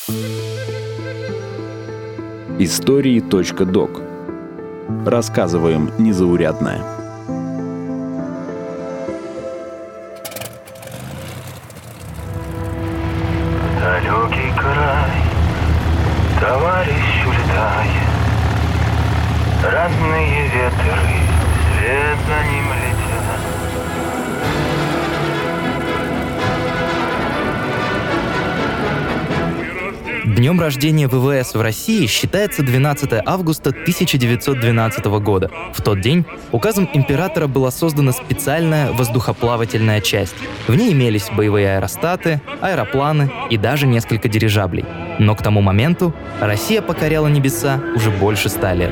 Истории.док. Рассказываем незаурядное. Далекий край, товарищ, улетай. Разные ветры, вслед за ним летят. Днем рождения ВВС в России считается 12 августа 1912 года. В тот день указом императора была создана специальная воздухоплавательная часть. В ней имелись боевые аэростаты, аэропланы и даже несколько дирижаблей. Но к тому моменту Россия покоряла небеса уже больше 100 лет.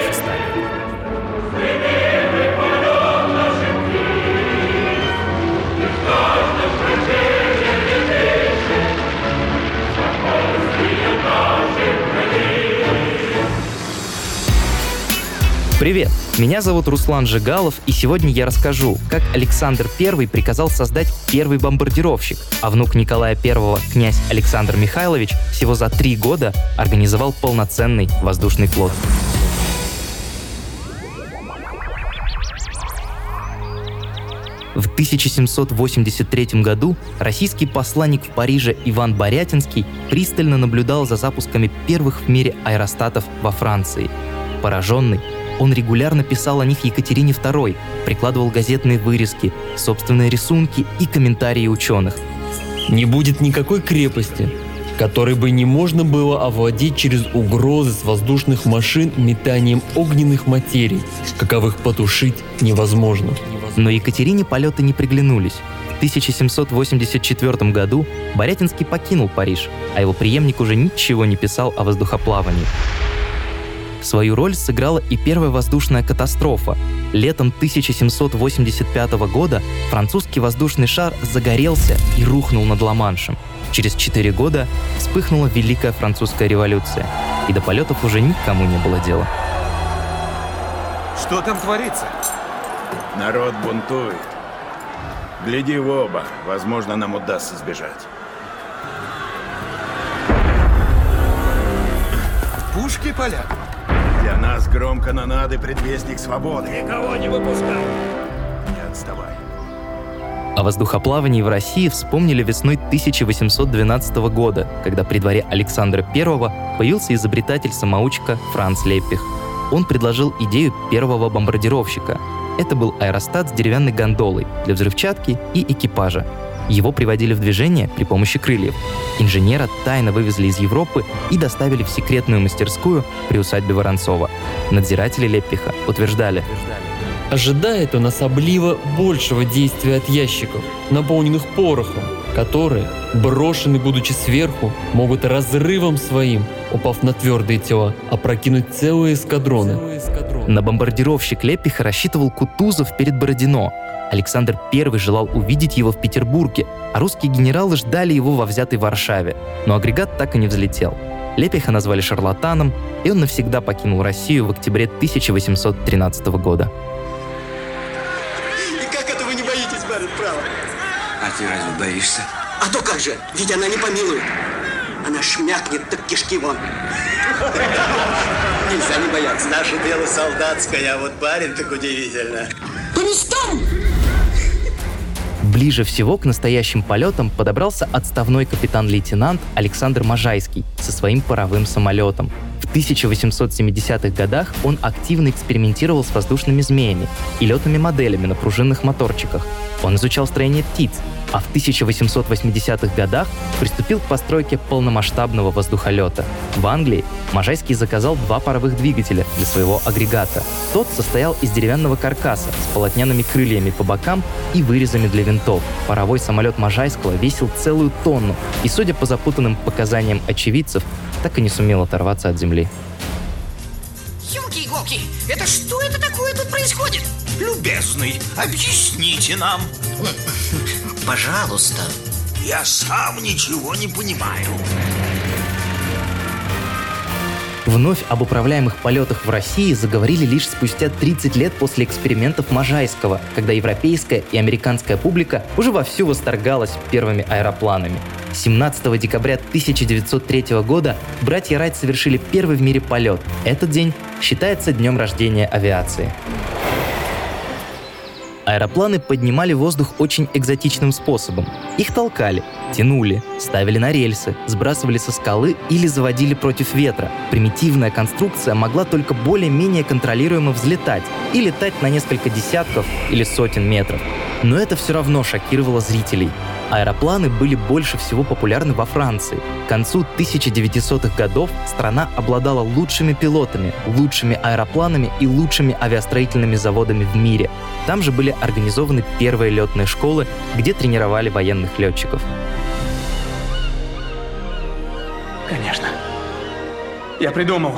Привет! Меня зовут Руслан Жигалов, и сегодня я расскажу, как Александр I приказал создать первый бомбардировщик, а внук Николая I, князь Александр Михайлович, всего за 3 года организовал полноценный воздушный флот. В 1783 году российский посланник в Париже Иван Борятинский пристально наблюдал за запусками первых в мире аэростатов во Франции. Пораженный, он регулярно писал о них Екатерине II, прикладывал газетные вырезки, собственные рисунки и комментарии ученых. Не будет никакой крепости, которой бы не можно было овладеть через угрозы с воздушных машин метанием огненных материй, каковых потушить невозможно. Но Екатерине полеты не приглянулись. В 1784 году Борятинский покинул Париж, а его преемник уже ничего не писал о воздухоплавании. Свою роль сыграла и первая воздушная катастрофа. Летом 1785 года французский воздушный шар загорелся и рухнул над Ла-Маншем. Через 4 года вспыхнула Великая Французская революция, и до полетов уже никому не было дела. Что там творится? Народ бунтует. Гляди в оба, возможно, нам удастся сбежать. Пушки палят. Для нас гром канонады предвестник свободы. Никого не выпускай. Не отставай. О воздухоплавании в России вспомнили весной 1812 года, когда при дворе Александра I появился изобретатель-самоучка Франц Леппих. Он предложил идею первого бомбардировщика. Это был аэростат с деревянной гондолой для взрывчатки и экипажа. Его приводили в движение при помощи крыльев. Инженера тайно вывезли из Европы и доставили в секретную мастерскую при усадьбе Воронцова. Надзиратели Леппиха утверждали: Ожидает он особливо большего действия от ящиков, наполненных порохом, которые, брошены будучи сверху, могут разрывом своим, упав на твердые тела, опрокинуть целые эскадроны. На бомбардировщик Леппиха рассчитывал Кутузов перед Бородино. Александр I желал увидеть его в Петербурге, а русские генералы ждали его во взятой Варшаве. Но агрегат так и не взлетел. Леппиха назвали шарлатаном, и он навсегда покинул Россию в октябре 1813 года. И как это вы не боитесь, барин, право? А ты разве боишься? А то как же, ведь она не помилует. Она шмякнет, так кишки вон. Нельзя не бояться. Наше дело солдатское, а вот барин так удивительно. По местам! Ближе всего к настоящим полетам подобрался отставной капитан-лейтенант Александр Можайский со своим паровым самолетом. В 1870-х годах он активно экспериментировал с воздушными змеями и летными моделями на пружинных моторчиках. Он изучал строение птиц, а в 1880-х годах приступил к постройке полномасштабного воздухолета. В Англии Можайский заказал 2 паровых двигателя для своего агрегата. Тот состоял из деревянного каркаса с полотняными крыльями по бокам и вырезами для винтов. Паровой самолет Можайского весил целую тонну и, судя по запутанным показаниям очевидцев, так и не сумел оторваться от земли. Ёлки-иголки, это что это такое тут происходит? Любезный, объясните нам. Пожалуйста. Я сам ничего не понимаю. Вновь об управляемых полетах в России заговорили лишь спустя 30 лет после экспериментов Можайского, когда европейская и американская публика уже вовсю восторгалась первыми аэропланами. 17 декабря 1903 года братья Райт совершили первый в мире полет. Этот день считается днем рождения авиации. Аэропланы поднимали в воздух очень экзотичным способом. Их толкали, тянули, ставили на рельсы, сбрасывали со скалы или заводили против ветра. Примитивная конструкция могла только более-менее контролируемо взлетать и летать на несколько десятков или сотен метров. Но это все равно шокировало зрителей. Аэропланы были больше всего популярны во Франции. К концу 1900-х годов страна обладала лучшими пилотами, лучшими аэропланами и лучшими авиастроительными заводами в мире. Там же были организованы первые летные школы, где тренировали военных летчиков. Конечно. Я придумал.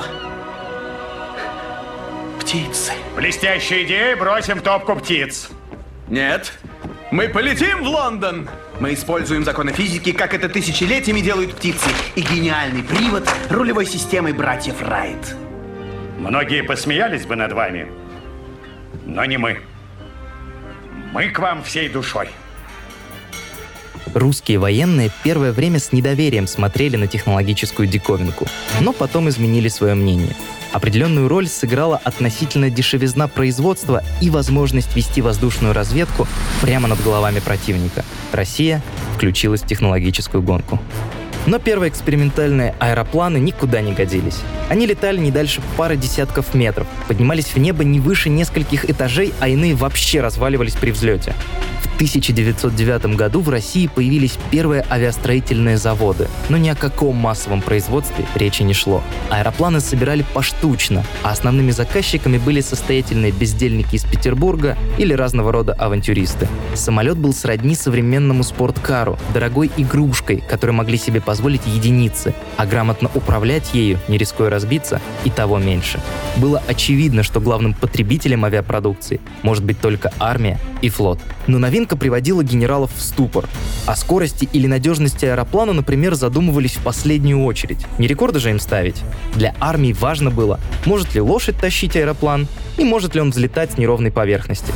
Птицы. Блестящая идея, бросим топку птиц. Нет. Мы полетим в Лондон. Мы используем законы физики, как это тысячелетиями делают птицы, и гениальный привод рулевой системой братьев Райт. Многие посмеялись бы над вами, но не мы. Мы к вам всей душой. Русские военные первое время с недоверием смотрели на технологическую диковинку, но потом изменили свое мнение. Определенную роль сыграла относительная дешевизна производства и возможность вести воздушную разведку прямо над головами противника. Россия включилась в технологическую гонку. Но первые экспериментальные аэропланы никуда не годились. Они летали не дальше пары десятков метров, поднимались в небо не выше нескольких этажей, а иные вообще разваливались при взлете. В 1909 году в России появились первые авиастроительные заводы, но ни о каком массовом производстве речи не шло. Аэропланы собирали поштучно, а основными заказчиками были состоятельные бездельники из Петербурга или разного рода авантюристы. Самолет был сродни современному спорткару, дорогой игрушкой, которую могли себе позволить единицы, а грамотно управлять ею, не рискуя разбиться, и того меньше. Было очевидно, что главным потребителем авиапродукции может быть только армия и флот. Но новинка приводила генералов в ступор. О скорости или надежности аэроплана, например, задумывались в последнюю очередь. Не рекорды же им ставить. Для армии важно было, может ли лошадь тащить аэроплан и может ли он взлетать с неровной поверхности.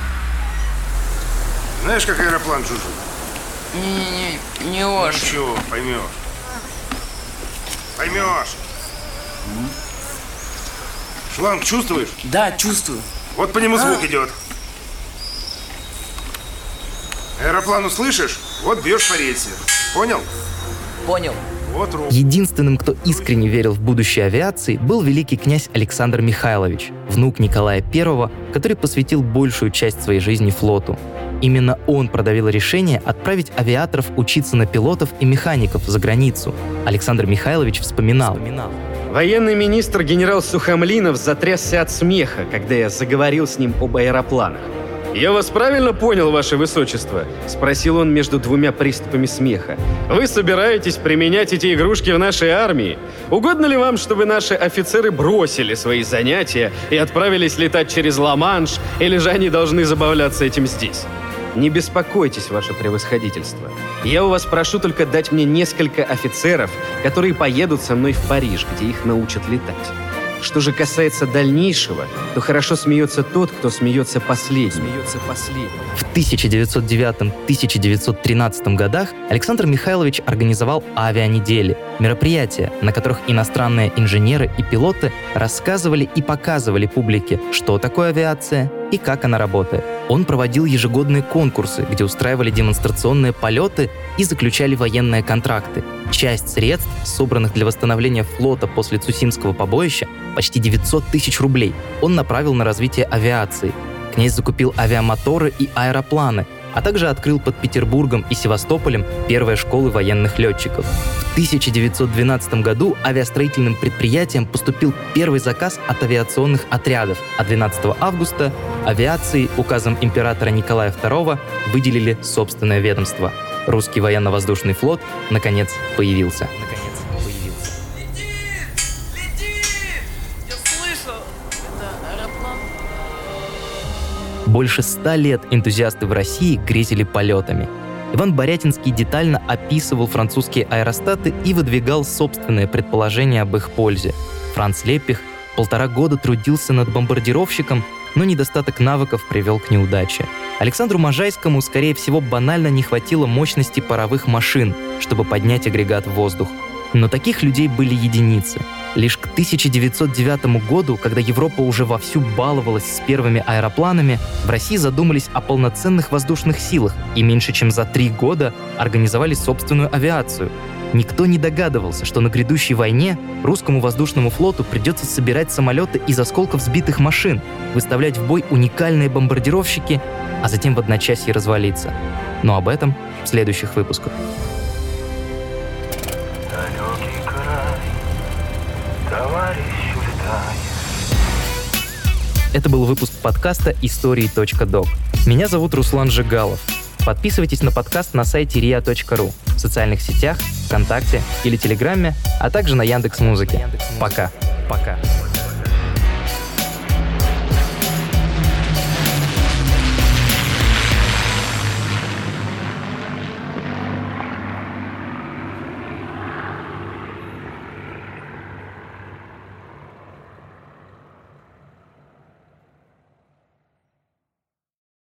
Знаешь, как аэроплан, Джуджу? Не очень. Ну чего, поймешь. Поймешь. Шланг чувствуешь? Да, чувствую. Вот по нему звук идет. Аэроплан услышишь? Вот бьешь по рельсе. Понял? Понял. Вот руку. Единственным, кто искренне верил в будущее авиации, был великий князь Александр Михайлович, внук Николая I, который посвятил большую часть своей жизни флоту. Именно он продавил решение отправить авиаторов учиться на пилотов и механиков за границу. Александр Михайлович вспоминал. Военный министр генерал Сухомлинов затрясся от смеха, когда я заговорил с ним об аэропланах. «Я вас правильно понял, ваше высочество?» — спросил он между двумя приступами смеха. «Вы собираетесь применять эти игрушки в нашей армии? Угодно ли вам, чтобы наши офицеры бросили свои занятия и отправились летать через Ла-Манш, или же они должны забавляться этим здесь?» «Не беспокойтесь, ваше превосходительство. Я у вас прошу только дать мне несколько офицеров, которые поедут со мной в Париж, где их научат летать. Что же касается дальнейшего, то хорошо смеется тот, кто смеется последним». В 1909-1913 годах Александр Михайлович организовал авианедели, мероприятия, на которых иностранные инженеры и пилоты рассказывали и показывали публике, что такое авиация и как она работает. Он проводил ежегодные конкурсы, где устраивали демонстрационные полеты и заключали военные контракты. Часть средств, собранных для восстановления флота после Цусимского побоища, почти 900 тысяч рублей, он направил на развитие авиации. Князь закупил авиамоторы и аэропланы, а также открыл под Петербургом и Севастополем первые школы военных летчиков. В 1912 году авиастроительным предприятиям поступил первый заказ от авиационных отрядов, а 12 августа авиации указом императора Николая II выделили собственное ведомство. Русский военно-воздушный флот наконец появился. Больше 100 лет энтузиасты в России грезили полетами. Иван Борятинский детально описывал французские аэростаты и выдвигал собственные предположения об их пользе. Франц Лепих 1,5 года трудился над бомбардировщиком, но недостаток навыков привел к неудаче. Александру Можайскому, скорее всего, банально не хватило мощности паровых машин, чтобы поднять агрегат в воздух. Но таких людей были единицы. Лишь к 1909 году, когда Европа уже вовсю баловалась с первыми аэропланами, в России задумались о полноценных воздушных силах и меньше чем за 3 года организовали собственную авиацию. Никто не догадывался, что на грядущей войне русскому воздушному флоту придется собирать самолеты из осколков сбитых машин, выставлять в бой уникальные бомбардировщики, а затем в одночасье развалиться. Но об этом в следующих выпусках. Далекий край, товарищ улетает. Это был выпуск подкаста «Истории.док». Меня зовут Руслан Жигалов. Подписывайтесь на подкаст на сайте ria.ru, в социальных сетях, ВКонтакте или Телеграме, а также на Яндекс.Музыке. Пока. Пока.